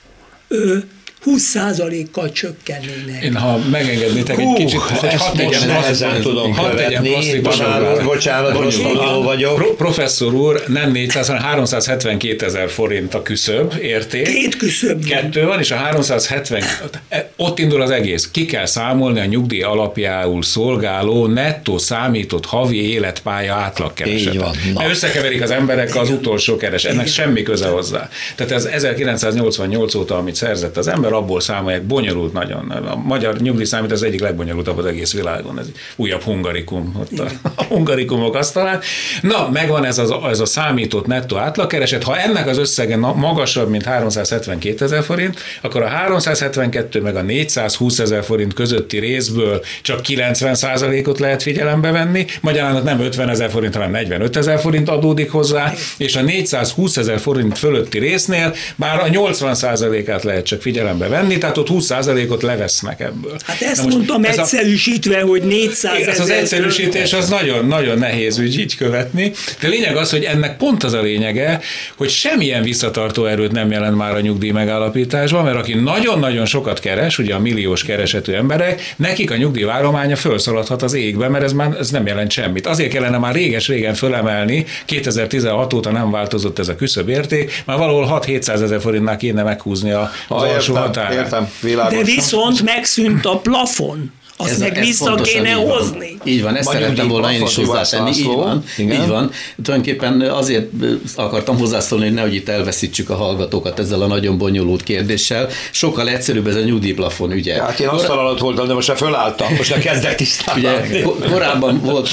ö, húsz százalékkal csökkennének. Én, ha megengednétek Hú, egy kicsit, hogy hadd tegyem nehezen tudom követni, bocsánat, bocsánat, rossz tanuló vagyok. Pro, professzor úr, nem négyszáz, hanem háromszázhetvenkétezer forint a küszöb érték. Két küszöb Kettő van, és a háromszázhetven, ott indul az egész. Ki kell számolni a nyugdíj alapjául szolgáló nettó számított havi életpálya átlagkeresetet. Mert összekeverik az emberek az utolsó keres. Ennek semmi köze hozzá. Tehát ez ezerkilencszáznyolcvannyolc óta, amit szerzett az ember, abból számolják, bonyolult nagyon. A magyar nyugdíjszámít az egyik legbonyolultabb az egész világon. Ez egy újabb hungarikum, ott a, a hungarikumok asztalán. Na, megvan ez, az, ez a számított nettó átlagkereset. Ha ennek az összege magasabb, mint háromszázhetvenkétezer forint, akkor a háromszázhetvenkettő meg a négyszázhúszezer forint közötti részből csak kilencven százalékot lehet figyelembe venni. Magyarán nem ötvenezer forint, hanem negyvenötezer forint adódik hozzá, és a négyszázhúszezer forint fölötti résznél bár a nyolcvan százalékát lehet csak figyelembe venni, tehát ott húsz százalékot levesznek ebből. Hát ezt mondtam egyszerűsítve, a, hogy négyszázezer. Ez az egyszerűsítés az nagyon, nagyon nehéz ügy így követni. De lényeg az, hogy ennek pont az a lényege, hogy semmilyen visszatartó erőt nem jelent már a nyugdíj megállapításban, mert aki nagyon-nagyon sokat keres, ugye a milliós keresetű emberek, nekik a nyugdíjvárománya fölszaladhat az égbe, mert ez már ez nem jelent semmit. Azért kellene már réges-régen fölemelni, kétezer-tizenhat óta nem változott ez a küszöbérték, már valahol hat-hétszázezer forintnál kéne meghúzni a, az alsó határát. Értem, világos. De viszont megszűnt a plafon. azt ez, meg vissza kéne hozni. Így van, ezt Magyar szerettem volna én is hozzátenni. Így van, így van. Tulajdonképpen azért akartam hozzászólni, hogy nehogy itt elveszítsük a hallgatókat ezzel a nagyon bonyolult kérdéssel. Sokkal egyszerűbb ez a nyugdíjplafon ügye. Hát én asztal alatt voltam, de most már fölálltam, most már kezdek tisztában. Ugye korábban volt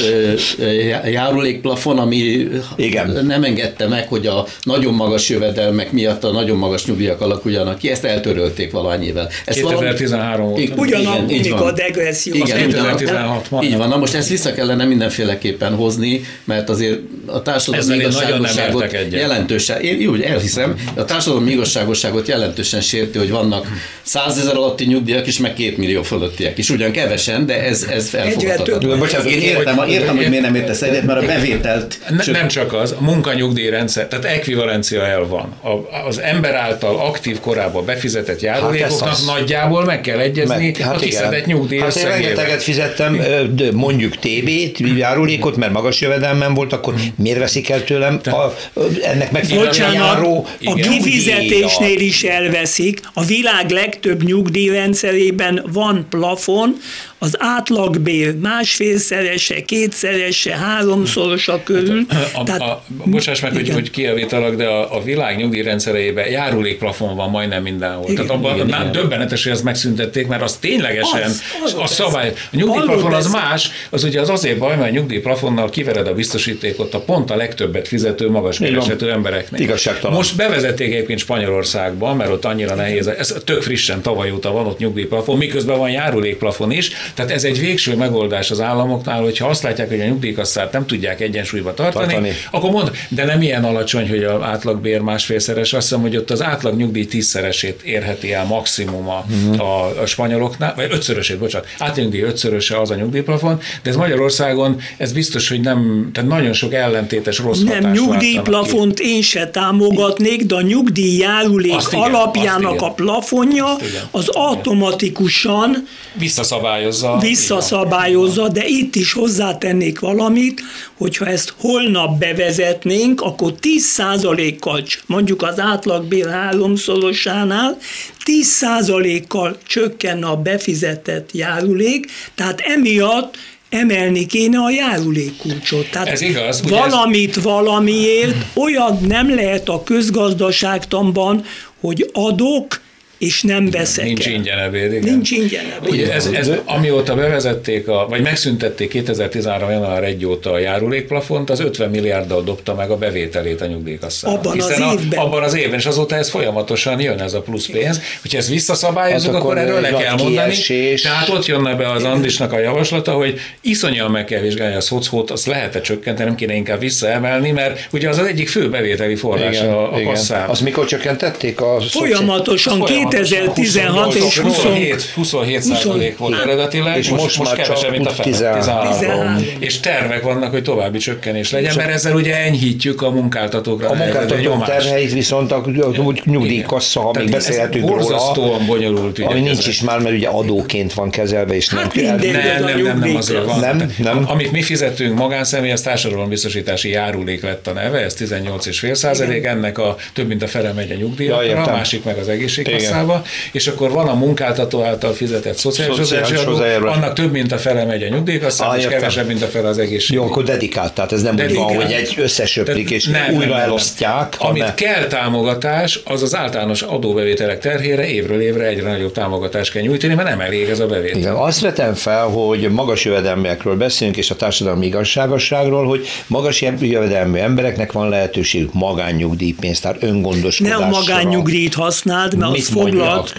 járulékplafon, ami igen. nem engedte meg, hogy a nagyon magas jövedelmek miatt a nagyon magas nyugdíjak alakuljanak ki, ezt eltörölték valahányivel. kétezer-tizenhárom volt. Ugyanakkor, mikor a degresszció. Igen, kétezer-tizenhat így van, na most ezt vissza kellene mindenféleképpen hozni, mert azért a társadalmi igazságosságot jelentősen, én úgy elhiszem, a társadalmi igazságosságot jelentősen sérti, hogy vannak százezer alatti nyugdíjak is, meg két millió fölöttiek is. Ugyan kevesen, de ez, ez elfogadhatatlan. Bocsánat, én értem, értem, hogy miért nem értesz egyet, mert a bevételt... Ne, nem csak az, a munkanyugdíjrendszer, tehát ekvivalencia el van. A, az ember által aktív korában befizetett járulékoknak hát nagyjából meg kell egyezni meg, hát a kiszedett nyugdíj hát én rengeteget fizettem, mondjuk té bét, járulékot, mert magas jövedelmem volt, akkor miért veszik el tőlem a, ennek megfelelően járó a kifizetésnél is elveszik. A világ legtöbb nyugdíjrendszerében van plafon, az átlagbér másfélszerese, kétszerese, háromszorosa körül. A, Tehát, a, bocsáss meg, hogy, hogy kijavítalak, de a, a világ nyugdíjrendszereiben járulékplafon van majdnem mindenhol. Igen, Tehát abban igen, igen. döbbenetes, hogy ezt megszüntették, mert az ténylegesen az, az a szabály. A nyugdíjplafon az más, az ugye az azért baj, mert a nyugdíjplafonnal kivered a biztosítékot a pont a legtöbbet fizető, magas keresető embereknek. Igazságtalan. Most bevezették egyébként Spanyolországban, mert ott annyira nehéz, ez tök frissen tavaly óta van ott nyugdíjplafon, miközben van járulékplafon is. Tehát ez egy végső megoldás az államoknál, hogyha azt látják, hogy a nyugdíjkasszát nem tudják egyensúlyba tartani, tartani. akkor mond, de nem ilyen alacsony, hogy az átlagbér másfélszeres, azt hiszem, hogy ott az átlag nyugdíj tízszeresét érheti el maximum a, uh-huh. a, a spanyoloknál, vagy ötszörösét, bocsánat, átnyugdíj ötszöröse az a nyugdíjplafon, de ez Magyarországon, ez biztos, hogy nem, tehát nagyon sok ellentétes rossz hatást nem, nyugdíjplafont én se támogatnék, de a nyugdíjjárulék alapjának a plafonja az automatikusan visszaszabályozza. Visszaszabályozza, de itt is hozzátennék valamit, hogyha ezt holnap bevezetnénk, akkor tíz százalékkal, mondjuk az átlagbér háromszorosánál, tíz százalékkal csökkenne a befizetett járulék, tehát emiatt emelni kéne a járulékkulcsot. Tehát ez igaz. Valamit ez... valamiért olyan nem lehet a közgazdaságtanban, hogy adok, és nem veszek Nincs el. ingyen ebéd, igen. Nincs ingyen ebéd. Ugye ez, ez, amióta bevezették, a, vagy megszüntették kétezer-tizenhárom január elseje óta a járulékplafont, az ötven milliárddal dobta meg a bevételét a nyugdíjkasszának. Abban Hiszen az évben. A, abban az évben, és azóta ez folyamatosan jön ez a plusz pénz. Hogyha ezt visszaszabályozunk, hát akkor, akkor erről le kell mondani. Kiesés. Tehát ott jönne be az Andisnak a javaslata, hogy iszonyan meg kell vizsgálni a szocót, azt lehet-e csökkenteni, nem kéne inkább visszaemelni, mert ugye az az egyik fő bevételi forrás igen, a, a kasszának. Azt mikor csökkentették? A Folyamatosan kétezer-tizenhat és huszonhét százalék volt eredetileg, és most, most, most kevesebb, mint a fele. tizenhárom És tervek vannak, hogy további csökkenés legyen, mert ezzel ugye enyhítjük a munkáltatókra. A munkáltatók terheit viszont a nyugdíjkassa, ha még beszélhetünk róla, borzasztóan bonyolult ami nincs is már, mert ugye adóként van kezelve, és nem kell. Nem, nem, nem, nem azért van. Nem, nem. Amit mi fizetünk magánszemély, az társadalombiztosítási járulék lett a neve, ez tizennyolc egész öt százalék, ennek a több mint a fele megy a nyugdíjakra, a másik meg az egészségkasszába, és akkor van a munkáltató által fizetett szociális adó, annak több mint a fele megy a nyugdíjkasszába, és kevesebb, mint a fele az egészség. Jó, akkor dedikált, tehát ez nem úgy van, hogy egy összesöplik, és nem, újra nem, elosztják. Amit ne... kell támogatás, az az általános adóbevételek terhére évről évre egyre nagyobb támogatást kell nyújtani, mert nem elég ez a bevétel. Igen, azt vetem fel, hogy magas jövedelmekről beszélünk, és a társadalmi igazságosságról, hogy magas jövedelmű embereknek van lehetőségük magánnyugdíjpénztár, öngondoskodásra. Ne a magánnyugdíjt használd, mert az foglalt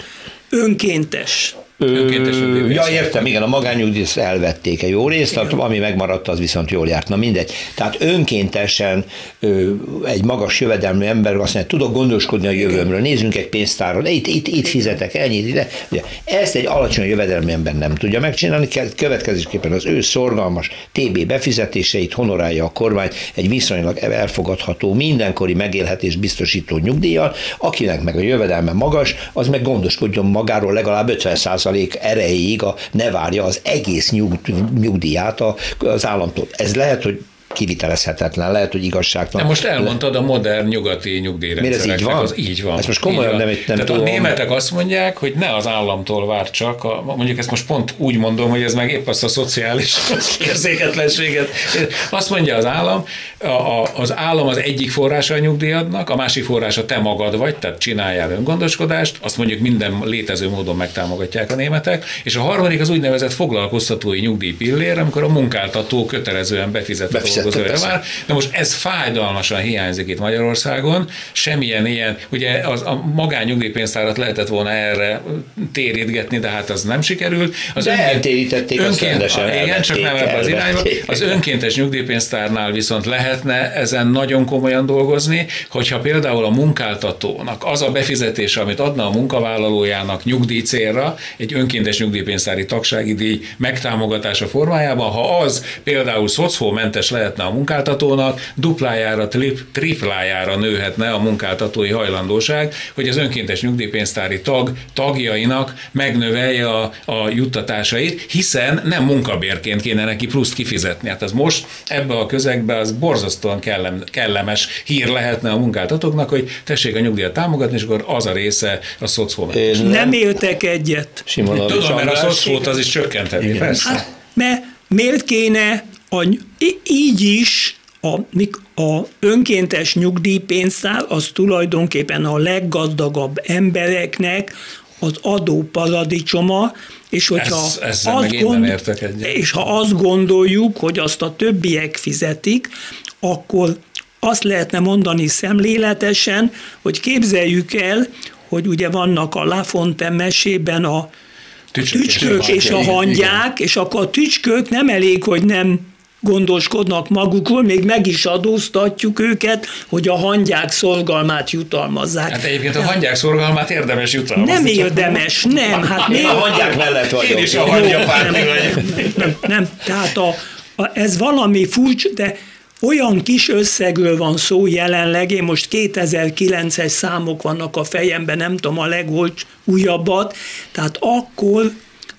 önkéntes. Önkéntes Ö, ja, értem, igen, a magánnyugdíjat elvették egy jó részt, ami megmaradt, az viszont jól járt. Na mindegy. Tehát önkéntesen ö, egy magas jövedelmű ember azt mondja, tudok gondoskodni a jövőmről, nézzünk egy pénztáron, itt, itt, itt fizetek ennyit, ide. Ugye, ezt egy alacsony jövedelmű ember nem tudja megcsinálni, következésképpen az ő szorgalmas té bé befizetéseit honorálja a kormány egy viszonylag elfogadható, mindenkori megélhetés biztosító nyugdíjjal, akinek meg a jövedelme magas, az meg gondoskodjon magáról legalább ötven százalék erejéig, a, ne várja az egész nyug, nyugdíját az államtól. Ez lehet, hogy kivitelezhetetlen, lehet, hogy igazságtalan. De most elmondtad a modern nyugati nyugdíjrendszereknek. Miért ez így van? Az így van. Ez most komolyan nem, nem Tehát tudom. a németek azt mondják, hogy ne az államtól vár csak, a, mondjuk ezt most pont úgy mondom, hogy ez meg épp azt a szociális érzéketlenséget. Azt mondja az állam, a, a, az állam az egyik forrása a nyugdíjadnak, a másik forrása te magad vagy, tehát csináljál öngondoskodást, azt mondjuk minden létező módon megtámogatják a németek, és a harmadik az úgynevezett foglalkoztatói nyugdíjpillér, amikor a munkáltató kötelezően befizet a dolgozóra vár. De most ez fájdalmasan hiányzik itt Magyarországon, semmilyen ilyen, ugye az, a magánnyugdíjpénztárat lehetett volna erre térítgetni, de hát az nem sikerült. Az de önként, eltérítették, azt rendesen igen, csak nem ebbe az irányba. Az önkéntes nyugdíjpénztárnál viszont lehetne ezen nagyon komolyan dolgozni, hogyha például a munkáltatónak az a befizetése, amit adna a munkavállalójának nyugdíj célra, egy önkéntes nyugdíjpénztári tagsági díj megtámogatása formájában, ha az például szocómentes lehetne a munkáltatónak, duplájára, trip, triplájára nőhetne a munkáltatói hajlandóság, hogy az önkéntes nyugdíjpénztári tag tagjainak megnövelje a, a juttatásait, hiszen nem munkabérként kéne neki pluszt kifizetni. Hát ez most ebbe a közegbe az borzasztóan kellem, kellemes hír lehetne a munkáltatóknak, hogy tessék a nyugdíjat támogatni, és akkor az a része a szocómentes. Nem, nem éltek egyet. Simonovics Tudom, mert a András. szocót az is csökkenteni, persze. Hát, mert miért kéne a, így is a, a önkéntes nyugdíjpénztár az tulajdonképpen a leggazdagabb embereknek az adó paradicsoma, és hogyha Ez, ezzel azt meg én nem értek egyet. És ha azt gondoljuk, hogy azt a többiek fizetik, akkor azt lehetne mondani szemléletesen, hogy képzeljük el, hogy ugye vannak a La Fontaine mesében a Tücskök, tücskök és a hangyák, és akkor a tücskök nem elég, hogy nem gondoskodnak magukról, még meg is adóztatjuk őket, hogy a hangyák szorgalmát jutalmazzák. Hát egyébként a hangyák szorgalmát érdemes jutalmazni. Nem érdemes, nem. Hát Én a hangyák mellett vagyok. Én is a hangyapárti vagyok. Nem, nem, nem. Tehát a, a, ez valami furcsa, de olyan kis összegről van szó jelenleg, én most kétezer-kilences számok vannak a fejemben, nem tudom a legújabbat, tehát akkor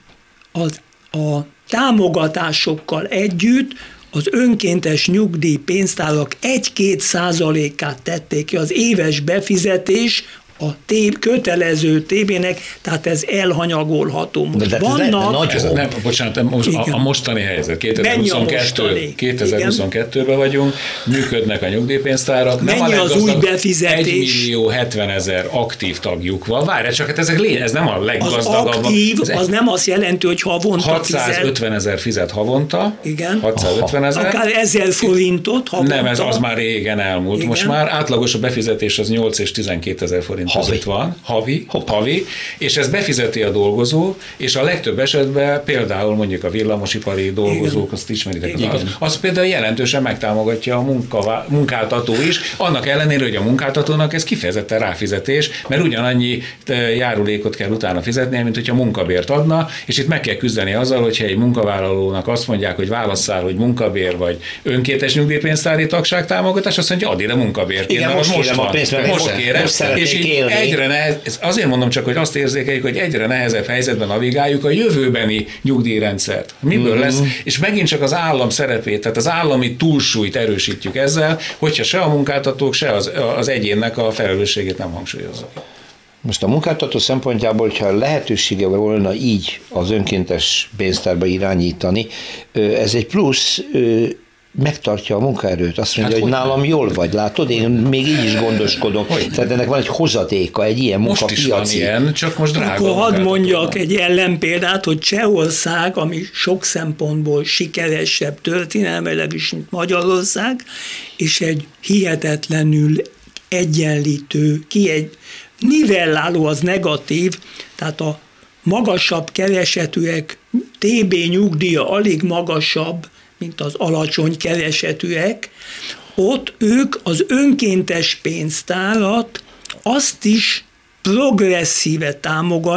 az, a támogatásokkal együtt az önkéntes nyugdíjpénztárak egy-két százalékát tették ki az éves befizetés a té- kötelező té bének, tehát ez elhanyagolható. Most de vannak... Ez, nem, bocsánat, most, a, a mostani helyzet, kétezer-huszonkettő, kétezer-huszonkettőben vagyunk, működnek a nyugdíjpénztárak. Mennyi nem a az új befizetés? egy millió hetvenezer aktív tagjuk van. Várj, csak hát ezek lény, ez nem a leggazdagabb. Az aktív, az nem azt jelenti, hogy havonta hatszázötven ezer fizet havonta. Igen. hatszázötven ezer. Akár ezer forintot havonta. Nem, ez az már régen elmúlt. Igen. Most már átlagos a befizetés az nyolc és tizenkét ezer forint között van, havi, havi, és ez befizeti a dolgozó, és a legtöbb esetben például mondjuk a villamosipari dolgozók, igen, azt ismeritek, az, az, az például jelentősen megtámogatja a munka, munkáltató is, annak ellenére, hogy a munkáltatónak ez kifejezetten ráfizetés, mert ugyanannyi járulékot kell utána fizetnie, mint hogyha munkabért adna, és itt meg kell küzdeni azzal, hogyha egy munkavállalónak azt mondják, hogy válasszál, hogy munkabér vagy önkéntes nyugdíjpénztári tagság támogatás, azt mondja, add ide munkabérként, igen, most, most van, pénzt, most kérem, és így egyre nehez, azért mondom csak, hogy azt érzékeljük, hogy egyre nehezebb helyzetben navigáljuk a jövőbeni nyugdíjrendszert. Miből mm-hmm. lesz? És megint csak az állam szerepét, tehát az állami túlsúlyt erősítjük ezzel, hogyha se a munkáltatók, se az, az egyénnek a felelősségét nem hangsúlyozzuk. Most a munkáltató szempontjából, hogyha lehetősége volna így az önkéntes pénztárba irányítani, ez egy plusz, megtartja a munkaerőt. Azt mondja, hát, hogy, hogy nálam jól vagy, látod? Én még így is gondoskodom. Hogy Tehát ennek van egy hozadéka, egy ilyen munkapiaci. Most is van ilyen, csak most drága. Akkor hadd mondjak egy ellenpéldát, hogy Csehország, ami sok szempontból sikeresebb történelmileg is, mint Magyarország, és egy hihetetlenül egyenlítő, ki egy nivelláló az negatív, tehát a magasabb keresetűek té bé nyugdíja alig magasabb, mint az alacsony keresetűek, ott ők az önkéntes pénztárat azt is progresszíve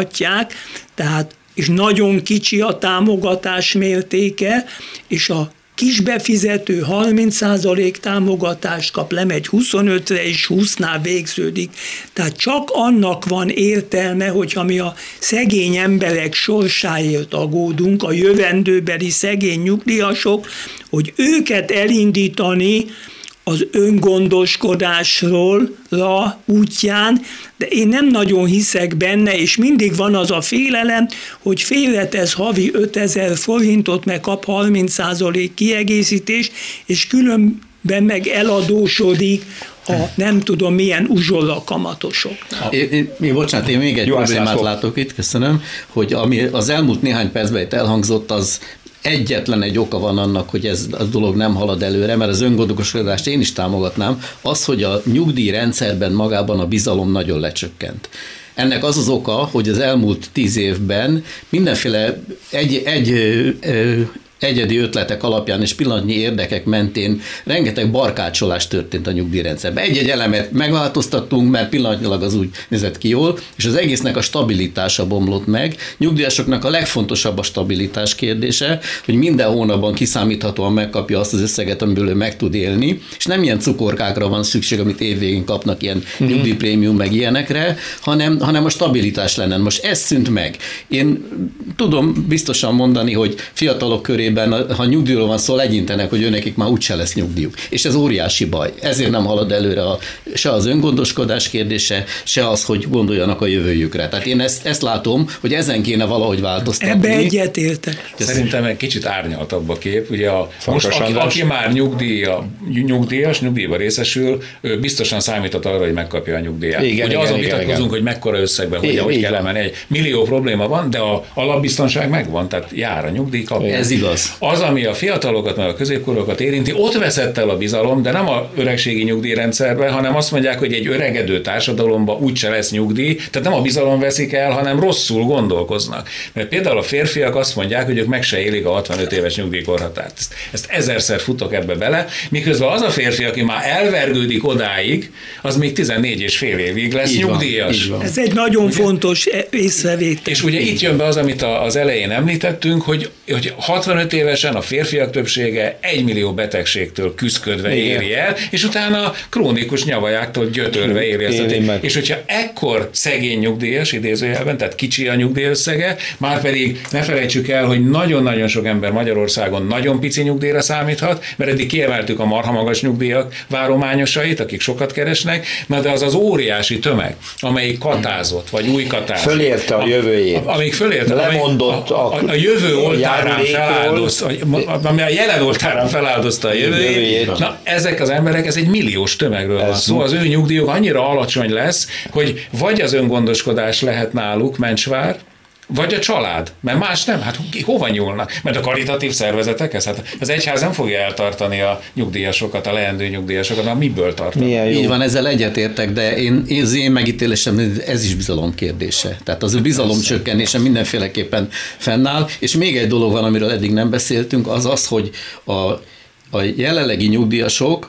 támogatják, tehát és nagyon kicsi a támogatás mértéke, és a kisbefizető harminc százalék támogatást kap, lemegy huszonötre és húsznál végződik. Tehát csak annak van értelme, hogyha mi a szegény emberek sorsáért aggódunk, a jövendőbeli szegény nyugdíjasok, hogy őket elindítani az öngondoskodásról ra útján, de én nem nagyon hiszek benne, és mindig van az a félelem, hogy félretesz havi ötezer forintot, meg kap harminc százalék kiegészítés, és különben meg eladósodik a nem tudom milyen uzsolla kamatosok. Én, én, én, bocsánat, én még egy Jó, problémát látok itt, köszönöm, hogy ami az elmúlt néhány percben itt elhangzott, az egyetlen egy oka van annak, hogy ez a dolog nem halad előre, mert az öngondoskodást én is támogatnám, az, hogy a nyugdíjrendszerben magában a bizalom nagyon lecsökkent. Ennek az az oka, hogy az elmúlt tíz évben mindenféle egy, egy, egy egyedi ötletek alapján és pillanatnyi érdekek mentén rengeteg barkácsolás történt a nyugdíjrendszerben. Egy-egy elemet megváltoztattunk, mert pillanatnyilag az úgy nézett ki jól, és az egésznek a stabilitása bomlott meg. Nyugdíjasoknak a legfontosabb a stabilitás kérdése, hogy minden hónapban kiszámíthatóan megkapja azt az összeget, amiből ő meg tud élni, és nem ilyen cukorkákra van szükség, amit évvégén kapnak, ilyen mm-hmm. nyugdíjprémium meg ilyenekre, hanem, hanem a stabilitás lenne. Most ez szűnt meg. Én tudom biztosan mondani, hogy fiatalok körében, ha nyugdíjról van szó, legyintenek, hogy őnekik már úgyse lesz nyugdíjuk. És ez óriási baj. Ezért nem halad előre a, se az öngondoskodás kérdése, se az, hogy gondoljanak a jövőjükre. Tehát én ezt, ezt látom, hogy ezen kéne valahogy változtatni. Ebbe egyetértek. Szerintem egy kicsit árnyaltabb a kép. Ugye a, most, aki, aki már nyugdíja, nyugdíjas, nyugdíjba részesül, ő biztosan számíthat arra, hogy megkapja a nyugdíjat. Igen, ugye igen, azon igen, vitatkozunk, igen. hogy mekkora összegben, hogy hogy kell emelni. Egy millió probléma van, de a alapbiztonság megvan, tehát jár a nyugdíj, kapja. Ez igaz. Az, ami a fiatalokat, meg a középkorokat érinti, ott veszett el a bizalom, de nem a öregségi nyugdíjrendszerben, hanem azt mondják, hogy egy öregedő társadalomban úgyse lesz nyugdíj, tehát nem a bizalom veszik el, hanem rosszul gondolkoznak. Mert például a férfiak azt mondják, hogy ők meg se élik a hatvanöt éves nyugdíjkorhatárt. Ezt, ezt ezerszer futok ebbe bele, miközben az a férfi, aki már elvergődik odáig, az még tizennégy és fél évig lesz így nyugdíjas. Van, Ez egy nagyon ugye? fontos észrevétel. És ugye itt jön be az, amit az elején említettünk, hogy, hogy hatvanöt évesen a férfiak többsége egymillió betegségtől küszködve éri el, és utána krónikus nyavajáktól gyötörve éri ezt. És hogyha ekkor szegény nyugdíjas, idézőjelben, tehát kicsi a nyugdíjösszege, már pedig ne felejtsük el, hogy nagyon-nagyon sok ember Magyarországon nagyon pici nyugdíjra számíthat, mert eddig kiemeltük a marha magas nyugdíjak várományosait, akik sokat keresnek, na de az az óriási tömeg, amelyik katázott, vagy új katázott. Fölérte a jövőjét. Amelyik fölérte, lemondott a, a, a, a jövő oltárán feláldozta, ami a jelen oltárán feláldozta a jövőjét. jövőjét. Na, ezek az emberek, ez egy milliós tömegről ez van szó. Az ő nyugdíjuk annyira alacsony lesz, hogy vagy az öngondoskodás lehet náluk mencsvár, vagy a család, mert más nem, hát hova nyúlnak? Mert a karitatív szervezetekhez, hát az egyház nem fogja eltartani a nyugdíjasokat, a leendő nyugdíjasokat, mert miből tartanak? Így van, ezzel egyetértek, de én, én, az én megítélésem, ez is bizalom kérdése. Tehát az a bizalom csökkenése mindenféleképpen fennáll, és még egy dolog van, amiről eddig nem beszéltünk, az az, hogy a, a jelenlegi nyugdíjasok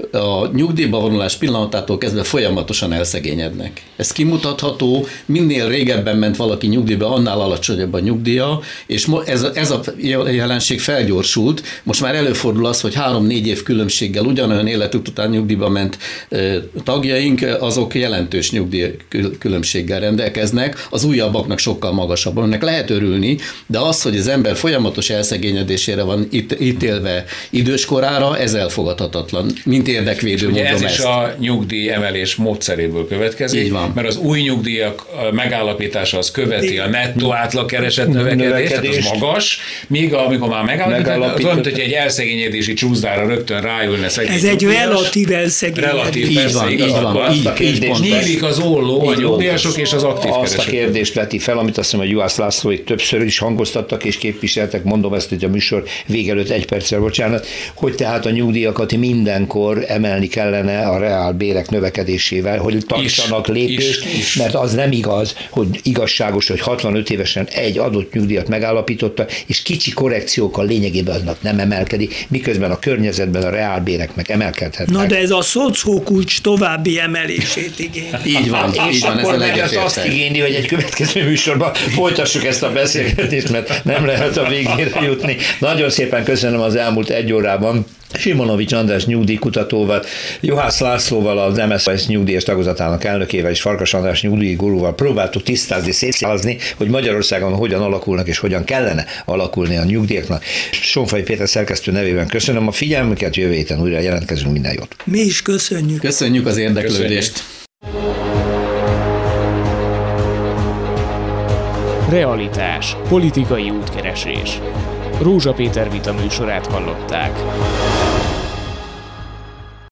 a nyugdíjba vonulás pillanatától kezdve folyamatosan elszegényednek. Ez kimutatható, minél régebben ment valaki nyugdíjba, annál alacsonyabb a nyugdíja, és ez a, ez a jelenség felgyorsult. Most már előfordul az, hogy három-négy év különbséggel ugyanolyan életük után nyugdíjba ment tagjaink, azok jelentős nyugdíj különbséggel rendelkeznek, az újabbaknak sokkal magasabb. Ennek lehet örülni, de az, hogy az ember folyamatos elszegényedésére van ítélve időskorára, ez elfogadhatatlan. Mint érdekvédő ugye mondom ez ezt. is a nyugdíj emelés módszeréből következik, mert az új nyugdíjak megállapítása az követi a nettó átlagkereset növekedést, tehát az magas, míg amikor már megállapítják, az olyan, hogy egy elszegényedési csúszdára rögtön ráülne szegény. Ez egy relatív elszegényedés. Relatív, persze, igazad. Nyílik az olló a nyugdíjasok és az aktív kereset. Azt a kérdést veti fel, amit azt hiszem, hogy Juhász Lászlóik többször is hangoztattak és képviseltek, mondom ezt, hogy a műsor végelőtt egy perccel, bocsánat, hogy tehát a nyugdíjakat mindenkor akkor emelni kellene a reálbérek növekedésével, hogy tartsanak lépést, is, is. Mert az nem igaz, hogy igazságos, hogy hatvanöt évesen egy adott nyugdíjat megállapította, és kicsi korrekciókkal lényegében aznak nem emelkedik, miközben a környezetben a reálbérek meg emelkedhetnek. Na de ez a szocókulcs további emelését igény. Így van, és így van, akkor ez meg az azt igényli, hogy egy következő műsorban folytassuk ezt a beszélgetést, mert nem lehet a végére jutni. Nagyon szépen köszönöm az elmúlt egy órában Simonovics András nyugdíjkutatóval, Juhász Lászlóval, az em es zé nyugdíjas tagozatának elnökével és Farkas András nyugdíjgurúval próbáltuk tisztázni, szétszálazni, hogy Magyarországon hogyan alakulnak és hogyan kellene alakulni a nyugdíjaknak. Sonfai Péter szerkesztő nevében köszönöm a figyelmüket, jövő héten újra jelentkezünk, minden jót. Mi is köszönjük. Köszönjük az érdeklődést. Köszönjük. Realitás. Politikai útkeresés. Rózsa Péter vita műsorát hallották.